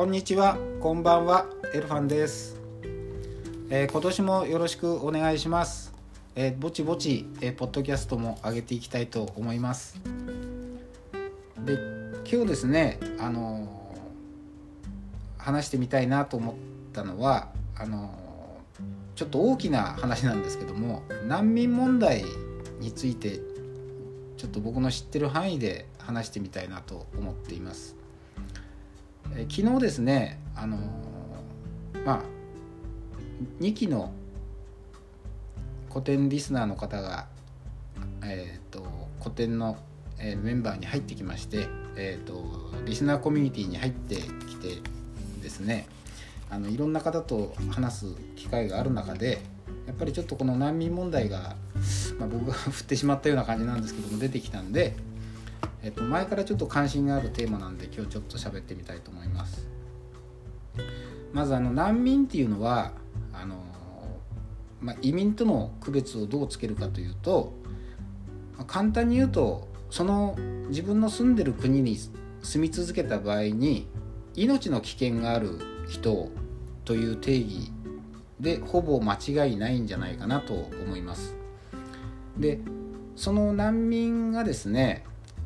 こんにちは、こんばんは、エルファンです。今年もよろしくお願いします。ぼちぼち、ポッドキャストも上げていきたいと思います。で、今日ですね、話してみたいなと思ったのは、ちょっと大きな話なんですけども、難民問題についてちょっと僕の知ってる範囲で話してみたいなと思っています。昨日ですね、2期の古典リスナーの方が、古典の、メンバーに入ってきまして、リスナーコミュニティに入ってきてですね、いろんな方と話す機会がある中で、やっぱりちょっとこの難民問題が、僕が振ってしまったような感じなんですけども出てきたんで、前からちょっと関心があるテーマなんで今日ちょっと喋ってみたいと思います。まず難民っていうのは移民との区別をどうつけるかというと、簡単に言うとその自分の住んでる国に住み続けた場合に命の危険がある人という定義でほぼ間違いないんじゃないかなと思います。で、その難民がですね、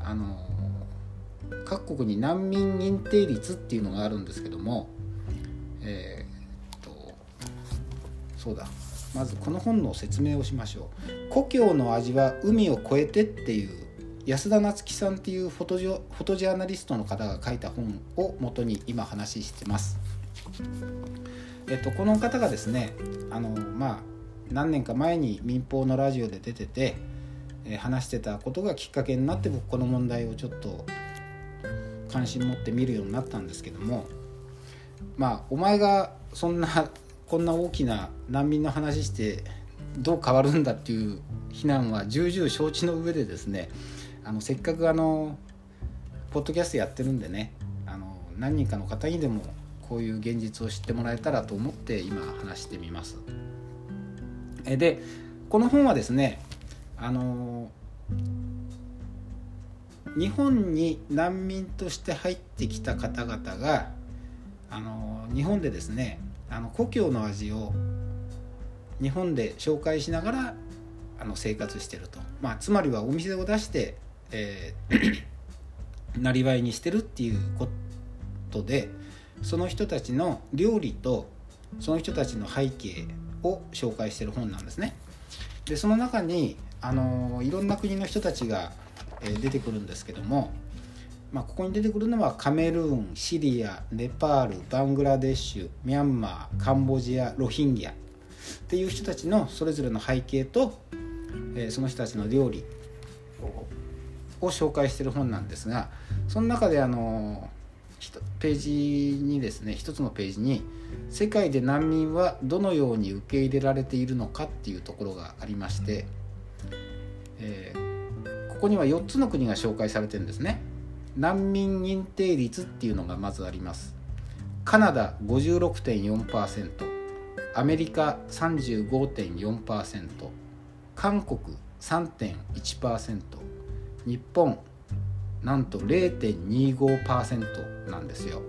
各国に難民認定率っていうのがあるんですけども、まずこの本の説明をしましょう。故郷の味は海を越えてっていう安田夏樹さんっていうフォトジャーナリストの方が書いた本を元に今話してます。この方がですね、何年か前に民放のラジオで出てて、話してたことがきっかけになって僕この問題をちょっと関心持って見るようになったんですけども、お前がこんな大きな難民の話してどう変わるんだっていう非難は重々承知の上でですね、せっかくポッドキャストやってるんでね、何人かの方にでもこういう現実を知ってもらえたらと思って今話してみます。で、この本はですね、日本に難民として入ってきた方々が日本でですね、故郷の味を日本で紹介しながら生活してると、つまりはお店を出して、なりわいにしてるっていうことで、その人たちの料理とその人たちの背景を紹介してる本なんですね。で、その中にいろんな国の人たちが出てくるんですけども、ここに出てくるのはカメルーン、シリア、ネパール、バングラデシュ、ミャンマー、カンボジア、ロヒンギャっていう人たちのそれぞれの背景と、その人たちの料理を紹介している本なんですが、その中でページにですね、一つのページに世界で難民はどのように受け入れられているのかっていうところがありまして、ここには4つの国が紹介されてるんですね。難民認定率っていうのがまずあります。カナダ 56.4%、 アメリカ 35.4%、 韓国 3.1%、 日本なんと 0.25% なんですよ。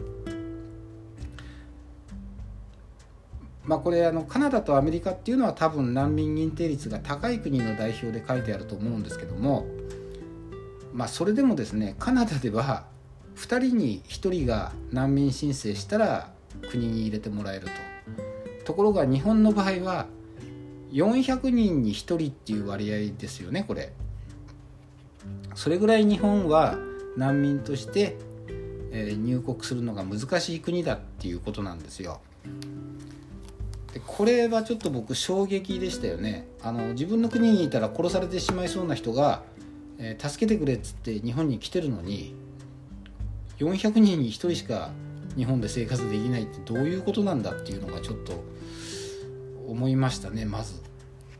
これカナダとアメリカっていうのは多分難民認定率が高い国の代表で書いてあると思うんですけども、それでもですね、カナダでは2人に1人が難民申請したら国に入れてもらえるところが、日本の場合は400人に1人っていう割合ですよね。これそれぐらい日本は難民として、入国するのが難しい国だっていうことなんですよ。で、これはちょっと僕衝撃でしたよね。自分の国にいたら殺されてしまいそうな人が、助けてくれっつって日本に来てるのに400人に1人しか日本で生活できないってどういうことなんだっていうのがちょっと思いましたね。まず、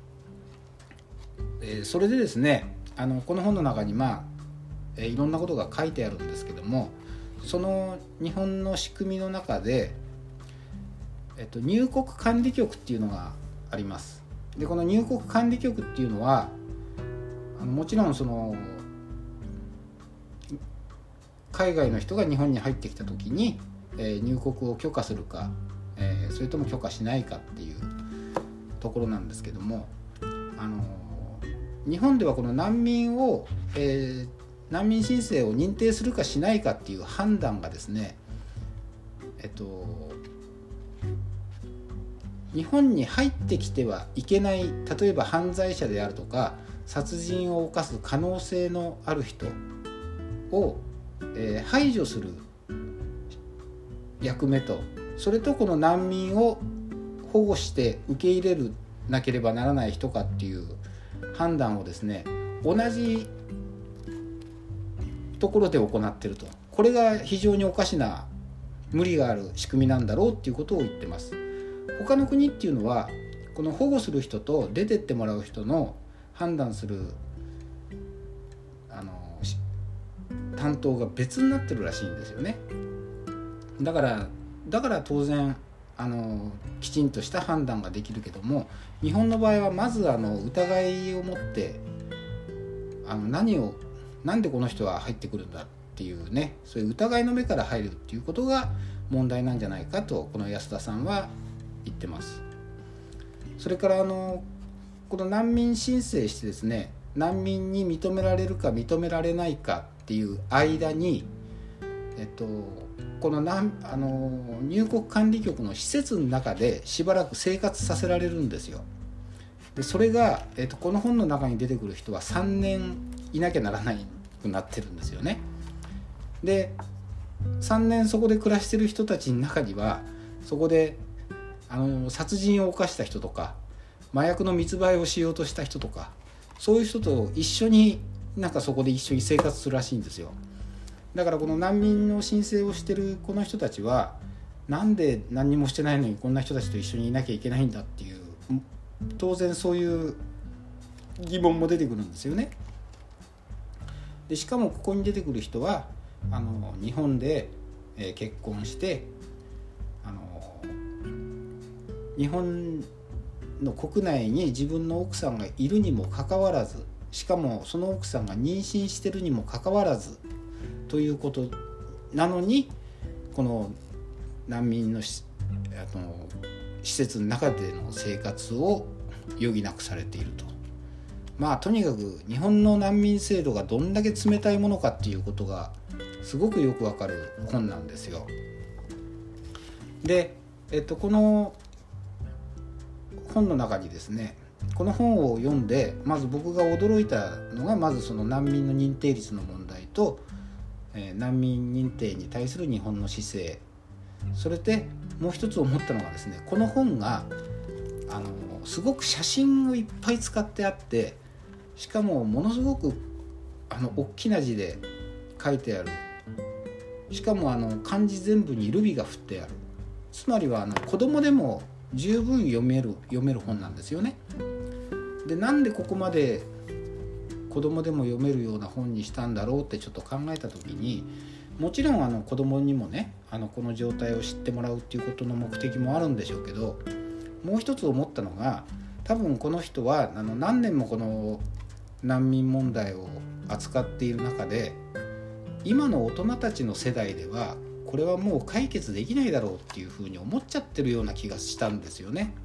それでですね、この本の中にいろんなことが書いてあるんですけども、その日本の仕組みの中で、入国管理局っていうのがあります。で、この入国管理局っていうのはもちろんその海外の人が日本に入ってきた時に入国を許可するか、それとも許可しないかっていうところなんですけども、日本ではこの難民申請を認定するかしないかっていう判断がですね、日本に入ってきてはいけない、例えば犯罪者であるとか殺人を犯す可能性のある人を、排除する役目と、それとこの難民を保護して受け入れなければならない人かっていう判断をですね、同じところで行っていると。これが非常におかしな無理がある仕組みなんだろうっていうことを言ってます。他の国っていうのはこの保護する人と出てってもらう人の判断する担当が別になってるらしいんですよね。だから当然きちんとした判断ができるけども、日本の場合はまず疑いを持ってなんでこの人は入ってくるんだっていうね、そういう疑いの目から入るっていうことが問題なんじゃないかとこの安田さんは言ってます。それからこの難民申請してですね、難民に認められるか認められないかっていう間に、この入国管理局の施設の中でしばらく生活させられるんですよ。でそれが、この本の中に出てくる人は3年いなきゃならないくなってるんですよね。で3年そこで暮らしてる人たちの中には、そこで殺人を犯した人とか麻薬の密売をしようとした人とか、そういう人と一緒にそこで一緒に生活するらしいんですよ。だからこの難民の申請をしてるこの人たちは、なんで何にもしてないのにこんな人たちと一緒にいなきゃいけないんだっていう、当然そういう疑問も出てくるんですよね。でしかもここに出てくる人は日本で結婚して日本の国内に自分の奥さんがいるにもかかわらず、しかもその奥さんが妊娠してるにもかかわらずということなのに、この難民の施設の中での生活を余儀なくされていると。とにかく日本の難民制度がどんだけ冷たいものかっていうことがすごくよくわかる本なんですよ。で、この本の中にですね、この本を読んでまず僕が驚いたのが、まずその難民の認定率の問題と、難民認定に対する日本の姿勢、それでもう一つ思ったのがですね、この本がすごく写真をいっぱい使ってあって、しかもものすごく大きな字で書いてある、しかも漢字全部にルビが振ってある、つまりは子供でも十分読める本なんですよね。でなんでここまで子供でも読めるような本にしたんだろうってちょっと考えた時に、もちろん子供にもねこの状態を知ってもらうっていうことの目的もあるんでしょうけど、もう一つ思ったのが、多分この人は何年もこの難民問題を扱っている中で、今の大人たちの世代ではこれはもう解決できないだろうっていうふうに思っちゃってるような気がしたんですよね。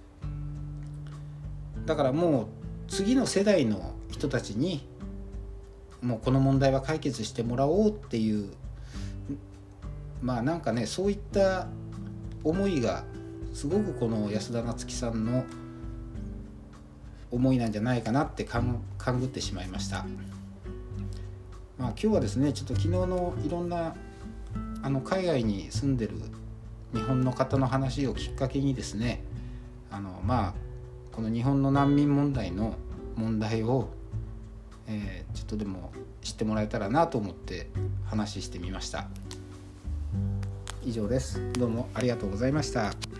だからもう次の世代の人たちにもうこの問題は解決してもらおうっていう、そういった思いがすごくこの安田なつきさんの思いなんじゃないかなって勘ぐってしまいました。今日はですね、ちょっと昨日のいろんな海外に住んでる日本の方の話をきっかけにですね、この日本の難民問題を、ちょっとでも知ってもらえたらなと思って話してみました。以上です。どうもありがとうございました。